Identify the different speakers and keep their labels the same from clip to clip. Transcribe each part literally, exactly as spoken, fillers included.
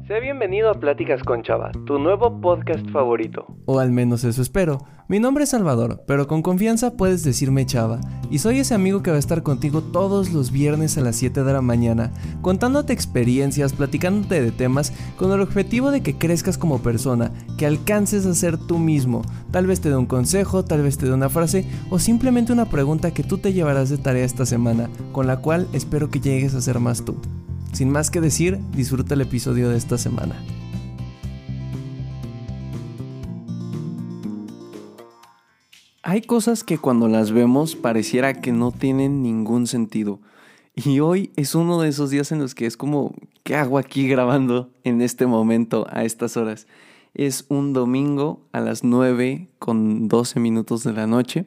Speaker 1: Sé bienvenido a Pláticas con Chava, tu nuevo podcast favorito.
Speaker 2: O al menos eso espero. Mi nombre es Salvador, pero con confianza puedes decirme Chava. Y soy ese amigo que va a estar contigo todos los viernes a las siete de la mañana, contándote experiencias, platicándote de temas, con el objetivo de que crezcas como persona, que alcances a ser tú mismo. Tal vez te dé un consejo, tal vez te dé una frase, o simplemente una pregunta que tú te llevarás de tarea esta semana, con la cual espero que llegues a ser más tú. Sin más que decir, disfruta el episodio de esta semana. Hay cosas que cuando las vemos pareciera que no tienen ningún sentido. Y hoy es uno de esos días en los que es como, ¿qué hago aquí grabando en este momento a estas horas? Es un domingo a las nueve con doce minutos de la noche.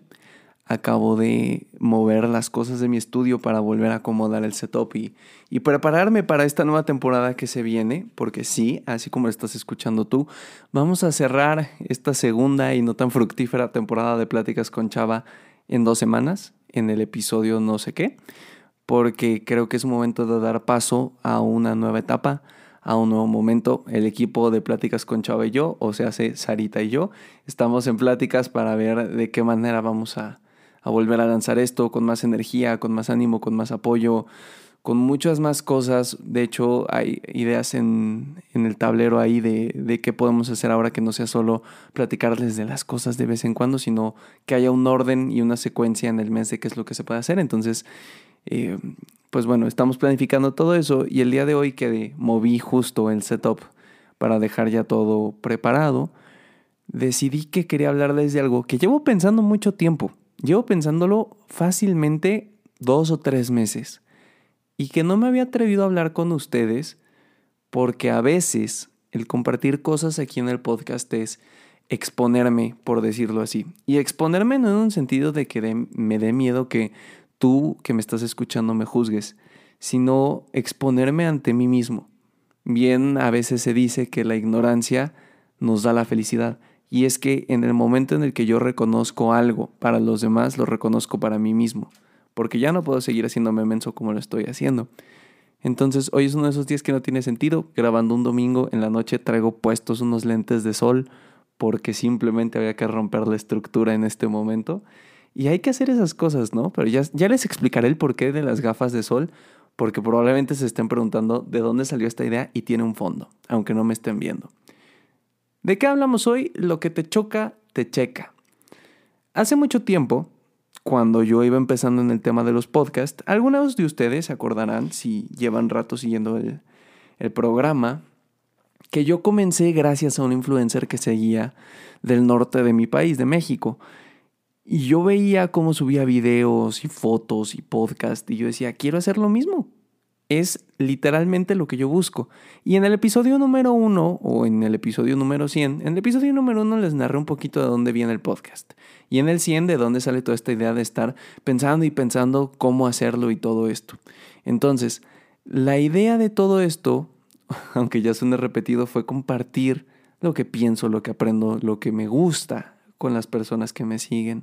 Speaker 2: Acabo de mover las cosas de mi estudio para volver a acomodar el setup y, y prepararme para esta nueva temporada que se viene, porque sí, así como lo estás escuchando tú, vamos a cerrar esta segunda y no tan fructífera temporada de Pláticas con Chava en dos semanas, en el episodio no sé qué, porque creo que es un momento de dar paso a una nueva etapa, a un nuevo momento. El equipo de Pláticas con Chava y yo, o sea, Sarita y yo, estamos en pláticas para ver de qué manera vamos a a volver a lanzar esto con más energía, con más ánimo, con más apoyo, con muchas más cosas. De hecho, hay ideas en, en el tablero ahí de, de qué podemos hacer ahora, que no sea solo platicarles de las cosas de vez en cuando, sino que haya un orden y una secuencia en el mes de qué es lo que se puede hacer. Entonces, eh, pues bueno, estamos planificando todo eso, y el día de hoy que moví justo el setup para dejar ya todo preparado, decidí que quería hablarles de algo que llevo pensando mucho tiempo. Llevo pensándolo fácilmente dos o tres meses y que no me había atrevido a hablar con ustedes porque a veces el compartir cosas aquí en el podcast es exponerme, por decirlo así. Y exponerme no en un sentido de que de, me dé miedo que tú que me estás escuchando me juzgues, sino exponerme ante mí mismo. Bien, a veces se dice que la ignorancia nos da la felicidad. Y es que en el momento en el que yo reconozco algo para los demás, lo reconozco para mí mismo. Porque ya no puedo seguir haciéndome menso como lo estoy haciendo. Entonces, hoy es uno de esos días que no tiene sentido. Grabando un domingo en la noche traigo puestos unos lentes de sol porque simplemente había que romper la estructura en este momento. Y hay que hacer esas cosas, ¿no? Pero ya, ya les explicaré el porqué de las gafas de sol, porque probablemente se estén preguntando de dónde salió esta idea y tiene un fondo, aunque no me estén viendo. ¿De qué hablamos hoy? Lo que te choca, te checa. Hace mucho tiempo, cuando yo iba empezando en el tema de los podcasts, algunos de ustedes se acordarán, si llevan rato siguiendo el, el programa, que yo comencé gracias a un influencer que seguía del norte de mi país, de México. Y yo veía cómo subía videos y fotos y podcast y yo decía, quiero hacer lo mismo. Es literalmente lo que yo busco. Y en el episodio número uno, o en el episodio número cien, en el episodio número uno les narré un poquito de dónde viene el podcast. Y en el cien de dónde sale toda esta idea de estar pensando y pensando cómo hacerlo y todo esto. Entonces, la idea de todo esto, aunque ya suene repetido, fue compartir lo que pienso, lo que aprendo, lo que me gusta con las personas que me siguen.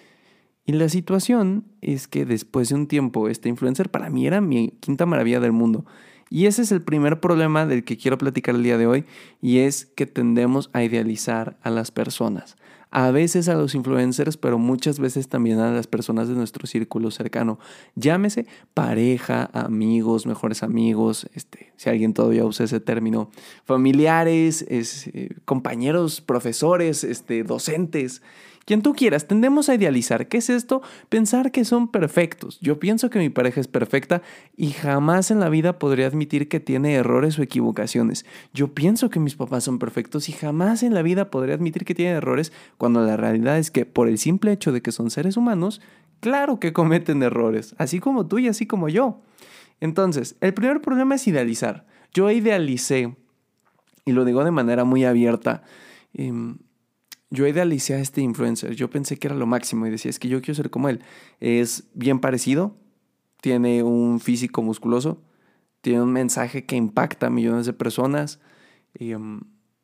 Speaker 2: Y la situación es que después de un tiempo, este influencer para mí era mi quinta maravilla del mundo. Y ese es el primer problema del que quiero platicar el día de hoy, y es que tendemos a idealizar a las personas. A veces a los influencers, pero muchas veces también a las personas de nuestro círculo cercano. Llámese pareja, amigos, mejores amigos, este, si alguien todavía usa ese término, familiares, es, eh, compañeros, profesores, este, docentes. Quien tú quieras, tendemos a idealizar. ¿Qué es esto? Pensar que son perfectos. Yo pienso que mi pareja es perfecta y jamás en la vida podría admitir que tiene errores o equivocaciones. Yo pienso que mis papás son perfectos y jamás en la vida podría admitir que tienen errores, cuando la realidad es que por el simple hecho de que son seres humanos, claro que cometen errores, así como tú y así como yo. Entonces, el primer problema es idealizar. Yo idealicé, y lo digo de manera muy abierta, eh, Yo idealicé a este influencer. Yo pensé que era lo máximo y decía, es que yo quiero ser como él. Es bien parecido, tiene un físico musculoso, tiene un mensaje que impacta a millones de personas. Y, um,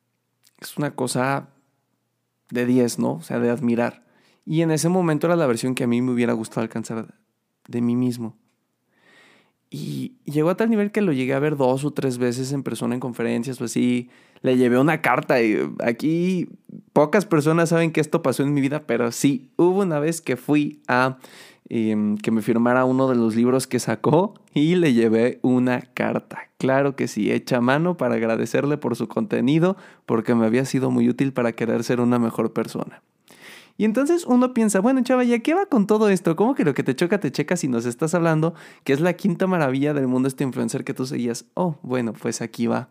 Speaker 2: es una cosa de diez, ¿no? O sea, de admirar. Y en ese momento era la versión que a mí me hubiera gustado alcanzar de mí mismo. Y llegó a tal nivel que lo llegué a ver dos o tres veces en persona en conferencias o así. Le llevé una carta y aquí pocas personas saben que esto pasó en mi vida, pero sí, hubo una vez que fui a eh, que me firmara uno de los libros que sacó y le llevé una carta. Claro que sí, hecha a mano para agradecerle por su contenido, porque me había sido muy útil para querer ser una mejor persona. Y entonces uno piensa, bueno, chava, ¿ya qué va con todo esto? ¿Cómo que lo que te choca te checa si nos estás hablando que es la quinta maravilla del mundo este influencer que tú seguías? Oh, bueno, pues aquí va.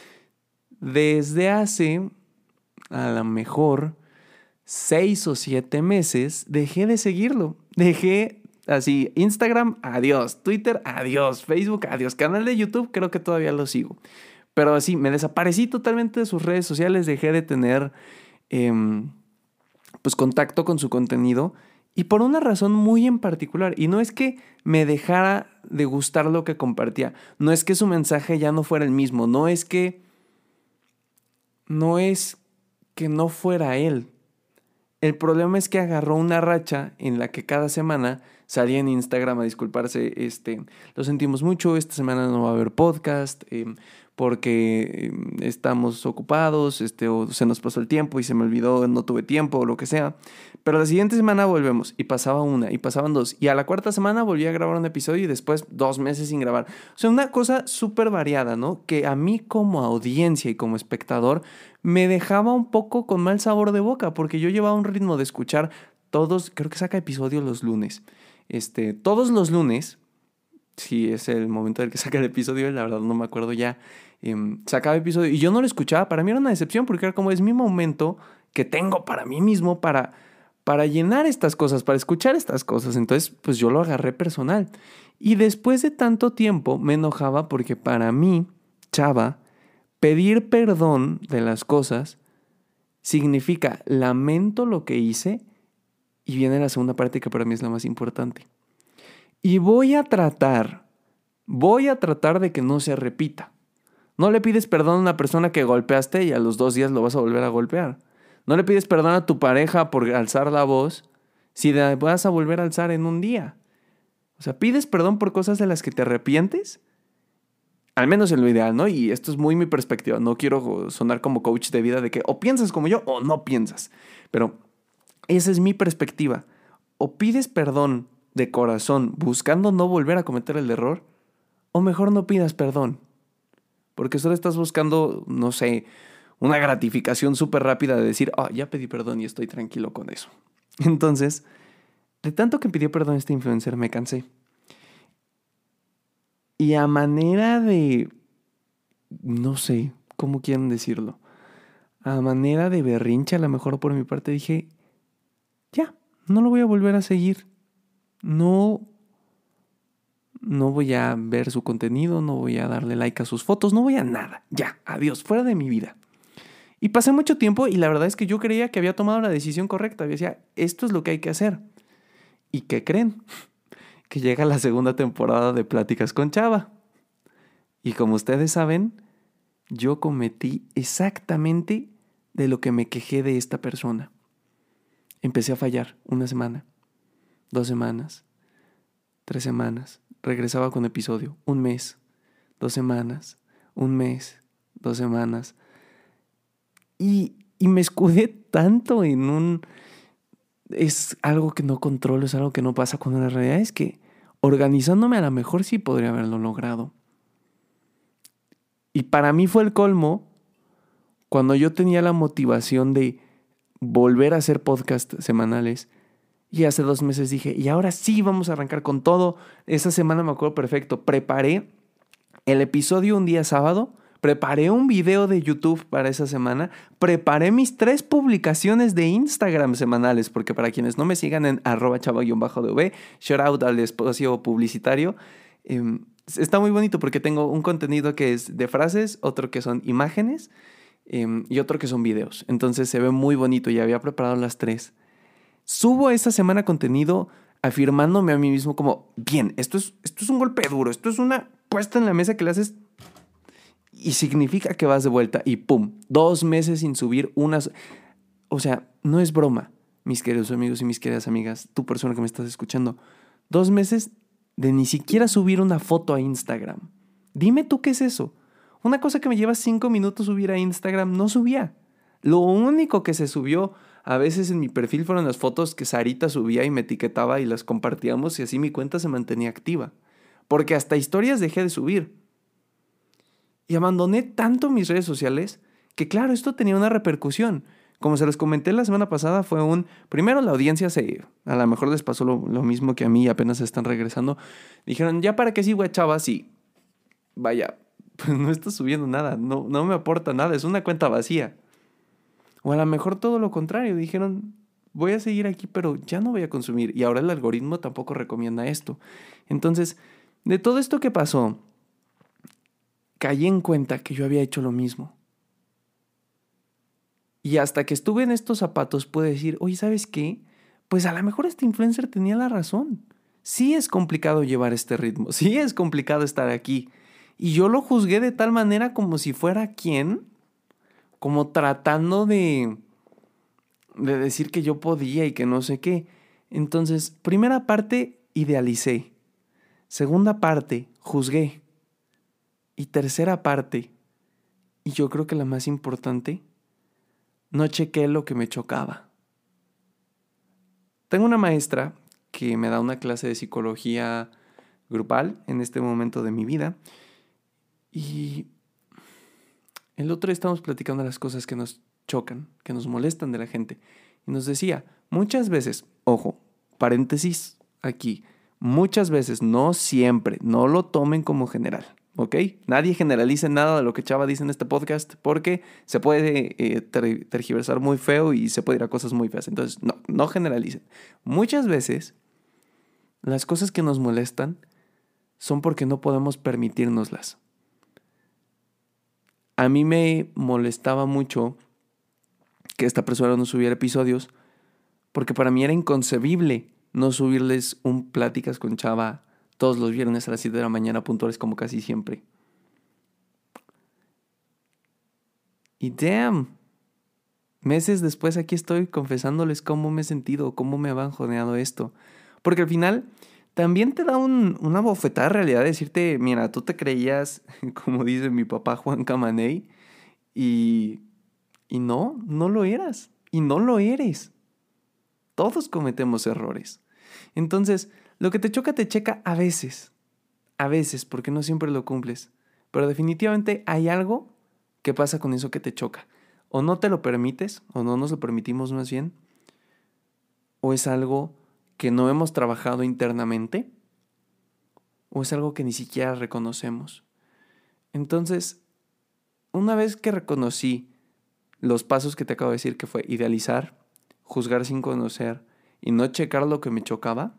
Speaker 2: Desde hace, a lo mejor, seis o siete meses, dejé de seguirlo. Dejé así, Instagram, adiós. Twitter, adiós. Facebook, adiós. Canal de YouTube, creo que todavía lo sigo. Pero así, me desaparecí totalmente de sus redes sociales. Dejé de tener... Eh, pues contacto con su contenido y por una razón muy en particular. Y no es que me dejara de gustar lo que compartía, no es que su mensaje ya no fuera el mismo, no es que no es que no fuera él. El problema es que agarró una racha en la que cada semana salía en Instagram a disculparse, este, lo sentimos mucho, esta semana no va a haber podcast, eh, porque eh, estamos ocupados, este, o se nos pasó el tiempo y se me olvidó, no tuve tiempo, o lo que sea. Pero la siguiente semana volvemos, y pasaba una, y pasaban dos, y a la cuarta semana volví a grabar un episodio y después dos meses sin grabar. O sea, una cosa súper variada, ¿no? Que a mí como audiencia y como espectador me dejaba un poco con mal sabor de boca, porque yo llevaba un ritmo de escuchar todos, creo que saca episodios los lunes. Este, todos los lunes, si es el momento del que saca el episodio, la verdad no me acuerdo ya, eh, sacaba episodio y yo no lo escuchaba. Para mí era una decepción porque era como es mi momento que tengo para mí mismo, para, para llenar estas cosas, para escuchar estas cosas. Entonces, pues yo lo agarré personal. Y después de tanto tiempo me enojaba porque para mí, chava, pedir perdón de las cosas significa lamento lo que hice. Y viene la segunda parte que para mí es la más importante. Y voy a tratar, voy a tratar de que no se repita. No le pides perdón a una persona que golpeaste y a los dos días lo vas a volver a golpear. No le pides perdón a tu pareja por alzar la voz si la vas a volver a alzar en un día. O sea, pides perdón por cosas de las que te arrepientes, al menos en lo ideal, ¿no? Y esto es muy mi perspectiva. No quiero sonar como coach de vida de que o piensas como yo o no piensas. Pero esa es mi perspectiva. O pides perdón de corazón buscando no volver a cometer el error, o mejor no pidas perdón. Porque solo estás buscando, no sé, una gratificación súper rápida de decir, oh, ya pedí perdón y estoy tranquilo con eso. Entonces, de tanto que pidió perdón este influencer, me cansé. Y a manera de, no sé cómo quieren decirlo, a manera de berrinche, a lo mejor por mi parte dije, ya, no lo voy a volver a seguir. No, no voy a ver su contenido, no voy a darle like a sus fotos, no voy a nada. Ya, adiós, fuera de mi vida. Y pasé mucho tiempo y la verdad es que yo creía que había tomado la decisión correcta. Yo decía, esto es lo que hay que hacer. ¿Y qué creen? Que llega la segunda temporada de Pláticas con Chava. Y como ustedes saben, yo cometí exactamente de lo que me quejé de esta persona. Empecé a fallar una semana, dos semanas, tres semanas. Regresaba con episodio, un mes, dos semanas, un mes, dos semanas. Y, y me escudé tanto en un... Es algo que no controlo, es algo que no pasa, cuando la realidad es que organizándome a lo mejor sí podría haberlo logrado. Y para mí fue el colmo cuando yo tenía la motivación de volver a hacer podcasts semanales. Y hace dos meses dije, y ahora sí vamos a arrancar con todo. Esa semana me acuerdo perfecto. Preparé el episodio un día sábado. Preparé un video de YouTube para esa semana. Preparé mis tres publicaciones de Instagram semanales. Porque para quienes no me sigan en arroba chava-dv, shout out al espacio publicitario. Eh, está muy bonito porque tengo un contenido que es de frases, otro que son imágenes eh, y otro que son videos. Entonces se ve muy bonito y había preparado las tres. Subo esta semana contenido afirmándome a mí mismo como, bien, esto es, esto es un golpe duro, esto es una puesta en la mesa que le haces y significa que vas de vuelta y pum, dos meses sin subir unas... O sea, no es broma, mis queridos amigos y mis queridas amigas, tú persona que me estás escuchando, dos meses de ni siquiera subir una foto a Instagram. Dime tú qué es eso. Una cosa que me lleva cinco minutos subir a Instagram, no subía. Lo único que se subió a veces en mi perfil fueron las fotos que Sarita subía y me etiquetaba y las compartíamos y así mi cuenta se mantenía activa. Porque hasta historias dejé de subir. Y abandoné tanto mis redes sociales que claro, esto tenía una repercusión. Como se los comenté la semana pasada, fue un... Primero la audiencia se... A lo mejor les pasó lo, lo mismo que a mí y apenas se están regresando. Dijeron, ¿ya para qué sigo a chavas? Y vaya, pues no está subiendo nada. No, no me aporta nada. Es una cuenta vacía. O a lo mejor todo lo contrario. Dijeron, voy a seguir aquí, pero ya no voy a consumir. Y ahora el algoritmo tampoco recomienda esto. Entonces, de todo esto que pasó, caí en cuenta que yo había hecho lo mismo. Y hasta que estuve en estos zapatos pude decir, oye, ¿sabes qué? Pues a lo mejor este influencer tenía la razón. Sí es complicado llevar este ritmo, sí es complicado estar aquí. Y yo lo juzgué de tal manera como si fuera quien, como tratando de, de decir que yo podía y que no sé qué. Entonces, primera parte, idealicé. Segunda parte, juzgué. Y tercera parte, y yo creo que la más importante, no chequé lo que me chocaba. Tengo una maestra que me da una clase de psicología grupal en este momento de mi vida y el otro día estábamos platicando las cosas que nos chocan, que nos molestan de la gente y nos decía, muchas veces, ojo, paréntesis aquí, muchas veces, no siempre, no lo tomen como general. ¿Ok? Nadie generalice nada de lo que Chava dice en este podcast porque se puede eh, ter- tergiversar muy feo y se puede ir a cosas muy feas. Entonces, no, no generalicen. Muchas veces, las cosas que nos molestan son porque no podemos permitírnoslas. A mí me molestaba mucho que esta persona no subiera episodios porque para mí era inconcebible no subirles un Pláticas con Chava todos los viernes a las siete de la mañana puntuales como casi siempre. Y damn, meses después aquí estoy confesándoles cómo me he sentido, cómo me ha banjoneado esto. Porque al final también te da un, una bofetada de realidad decirte, mira, tú te creías, como dice mi papá Juan Camaney, y, y no, no lo eras. Y no lo eres. Todos cometemos errores. Entonces, lo que te choca, te checa a veces. A veces, porque no siempre lo cumples. Pero definitivamente hay algo que pasa con eso que te choca. O no te lo permites, o no nos lo permitimos más bien. O es algo que no hemos trabajado internamente. O es algo que ni siquiera reconocemos. Entonces, una vez que reconocí los pasos que te acabo de decir, que fue idealizar, juzgar sin conocer y no checar lo que me chocaba,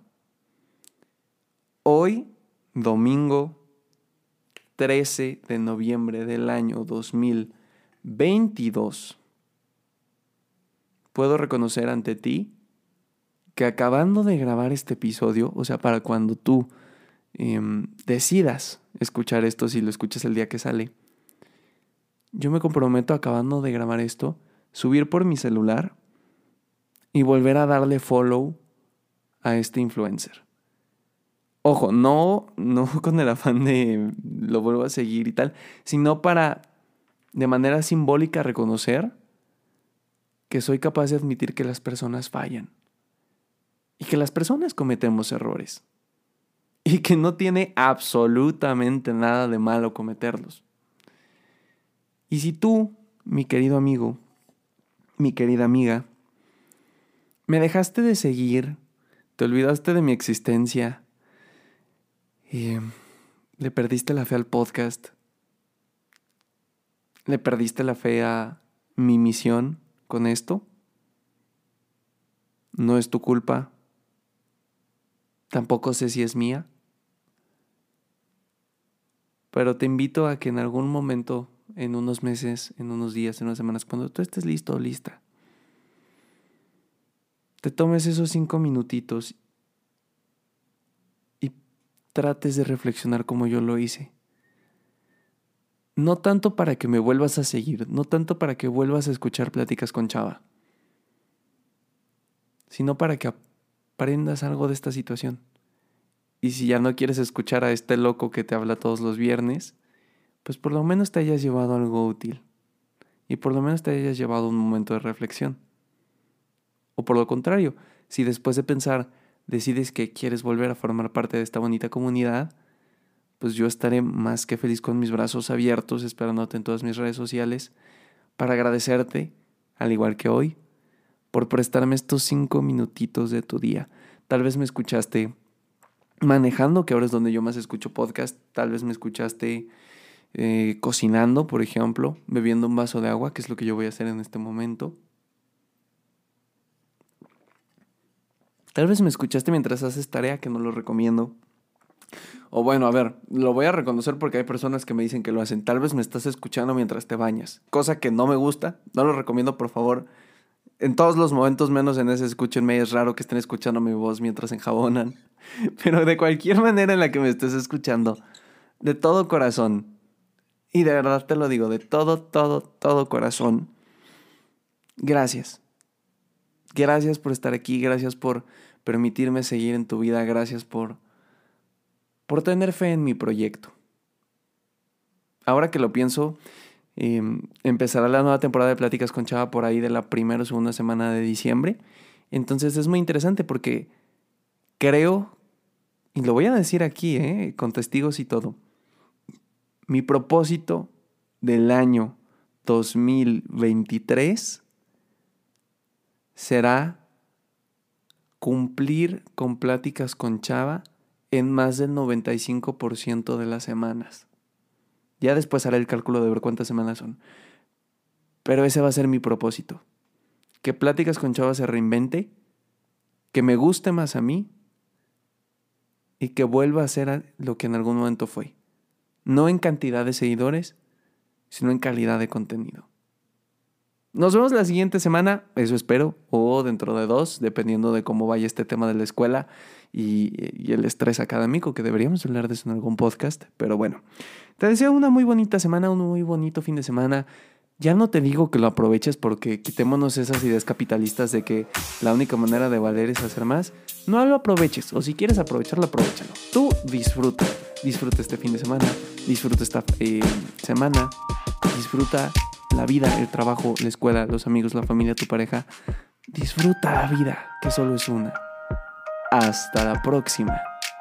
Speaker 2: hoy, domingo trece de noviembre del año dos mil veintidós, puedo reconocer ante ti que acabando de grabar este episodio, o sea, para cuando tú eh, decidas escuchar esto, si lo escuchas el día que sale, yo me comprometo acabando de grabar esto, subir por mi celular y volver a darle follow a este influencer. Ojo, no, no con el afán de lo vuelvo a seguir y tal, sino para de manera simbólica reconocer que soy capaz de admitir que las personas fallan y que las personas cometemos errores y que no tiene absolutamente nada de malo cometerlos. Y si tú, mi querido amigo, mi querida amiga, me dejaste de seguir, te olvidaste de mi existencia, y le perdiste la fe al podcast, le perdiste la fe a mi misión con esto, no es tu culpa, tampoco sé si es mía, pero te invito a que en algún momento, en unos meses, en unos días, en unas semanas, cuando tú estés listo o lista, te tomes esos cinco minutitos y trates de reflexionar como yo lo hice. No tanto para que me vuelvas a seguir, no tanto para que vuelvas a escuchar Pláticas con Chava, sino para que aprendas algo de esta situación Y si ya no quieres escuchar a este loco que te habla todos los viernes, pues por lo menos te hayas llevado algo útil. Y por lo menos te hayas llevado un momento de reflexión. O por lo contrario, si después de pensar decides que quieres volver a formar parte de esta bonita comunidad, pues yo estaré más que feliz con mis brazos abiertos esperándote en todas mis redes sociales para agradecerte, al igual que hoy, por prestarme estos cinco minutitos de tu día. Tal vez me escuchaste manejando, que ahora es donde yo más escucho podcast. Tal vez me escuchaste eh, cocinando, por ejemplo, bebiendo un vaso de agua, que es lo que yo voy a hacer en este momento. Tal vez me escuchaste mientras haces tarea, que no lo recomiendo. O bueno, a ver, lo voy a reconocer porque hay personas que me dicen que lo hacen. Tal vez me estás escuchando mientras te bañas, cosa que no me gusta. No lo recomiendo, por favor. En todos los momentos, menos en ese, escúchenme. Es raro que estén escuchando mi voz mientras enjabonan. Pero de cualquier manera en la que me estés escuchando, de todo corazón, y de verdad te lo digo, de todo, todo, todo corazón, gracias. Gracias por estar aquí, gracias por permitirme seguir en tu vida, gracias por, por tener fe en mi proyecto. Ahora que lo pienso, eh, empezará la nueva temporada de Pláticas con Chava por ahí de la primera o segunda semana de diciembre. Entonces es muy interesante porque creo, y lo voy a decir aquí, eh, con testigos y todo, mi propósito del año dos mil veintitrés será cumplir con Pláticas con Chava en más del noventa y cinco por ciento de las semanas. Ya después haré el cálculo de ver cuántas semanas son. Pero ese va a ser mi propósito. Que Pláticas con Chava se reinvente, que me guste más a mí y que vuelva a ser lo que en algún momento fue. No en cantidad de seguidores, sino en calidad de contenido. Nos vemos la siguiente semana, eso espero, o dentro de dos, dependiendo de cómo vaya este tema de la escuela y, y el estrés académico, que deberíamos hablar de eso en algún podcast. Pero bueno, te deseo una muy bonita semana, un muy bonito fin de semana. Ya no te digo que lo aproveches porque quitémonos esas ideas capitalistas de que la única manera de valer es hacer más. No lo aproveches, o si quieres aprovecharlo, aprovechalo. Tú disfruta, disfruta este fin de semana, disfruta esta eh, semana, disfruta la vida, el trabajo, la escuela, los amigos, la familia, tu pareja. Disfruta la vida, que solo es una. Hasta la próxima.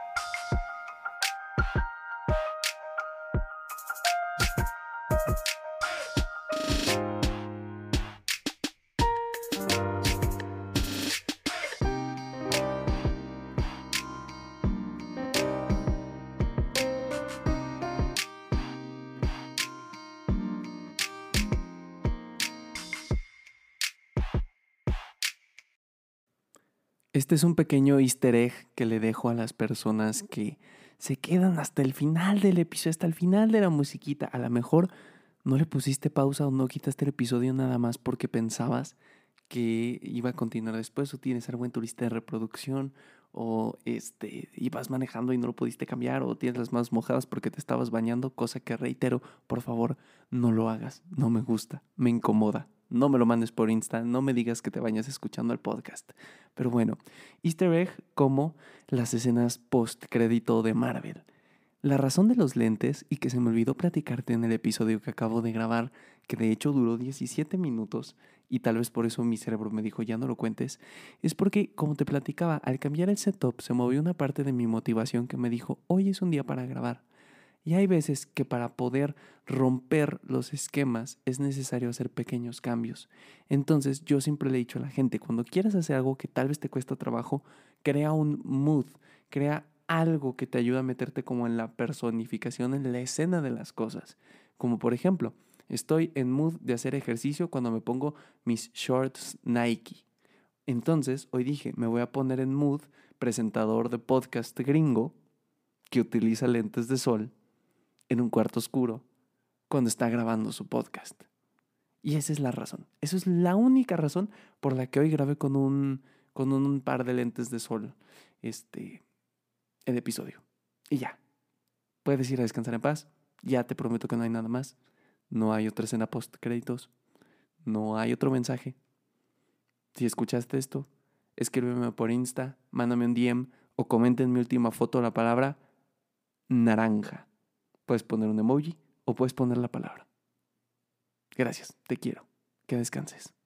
Speaker 2: Este es un pequeño easter egg que le dejo a las personas que se quedan hasta el final del episodio, hasta el final de la musiquita. A lo mejor no le pusiste pausa o no quitaste el episodio nada más porque pensabas que iba a continuar después, o tienes algo en tu lista de reproducción, o este, ibas manejando y no lo pudiste cambiar, o tienes las manos mojadas porque te estabas bañando, cosa que reitero, por favor, no lo hagas. No me gusta, me incomoda. No me lo mandes por Insta, no me digas que te bañas escuchando el podcast. Pero bueno, easter egg como las escenas post crédito de Marvel. La razón de los lentes, y que se me olvidó platicarte en el episodio que acabo de grabar, que de hecho duró diecisiete minutos, y tal vez por eso mi cerebro me dijo ya no lo cuentes, es porque, como te platicaba, al cambiar el setup se movió una parte de mi motivación que me dijo, hoy es un día para grabar. Y hay veces que para poder romper los esquemas es necesario hacer pequeños cambios. Entonces yo siempre le he dicho a la gente, cuando quieras hacer algo que tal vez te cuesta trabajo, crea un mood, crea algo que te ayude a meterte como en la personificación, en la escena de las cosas. Como por ejemplo, estoy en mood de hacer ejercicio cuando me pongo mis shorts Nike. Entonces hoy dije, me voy a poner en mood presentador de podcast gringo que utiliza lentes de sol en un cuarto oscuro cuando está grabando su podcast. Y esa es la razón. Esa es la única razón por la que hoy grabé con un, con un par de lentes de sol este, el episodio. Y ya. Puedes ir a descansar en paz. Ya te prometo que no hay nada más. No hay otra escena post créditos. No hay otro mensaje. Si escuchaste esto, escríbeme por Insta, mándame un D M o comenta en mi última foto la palabra naranja. Puedes poner un emoji o puedes poner la palabra. Gracias, te quiero. Que descanses.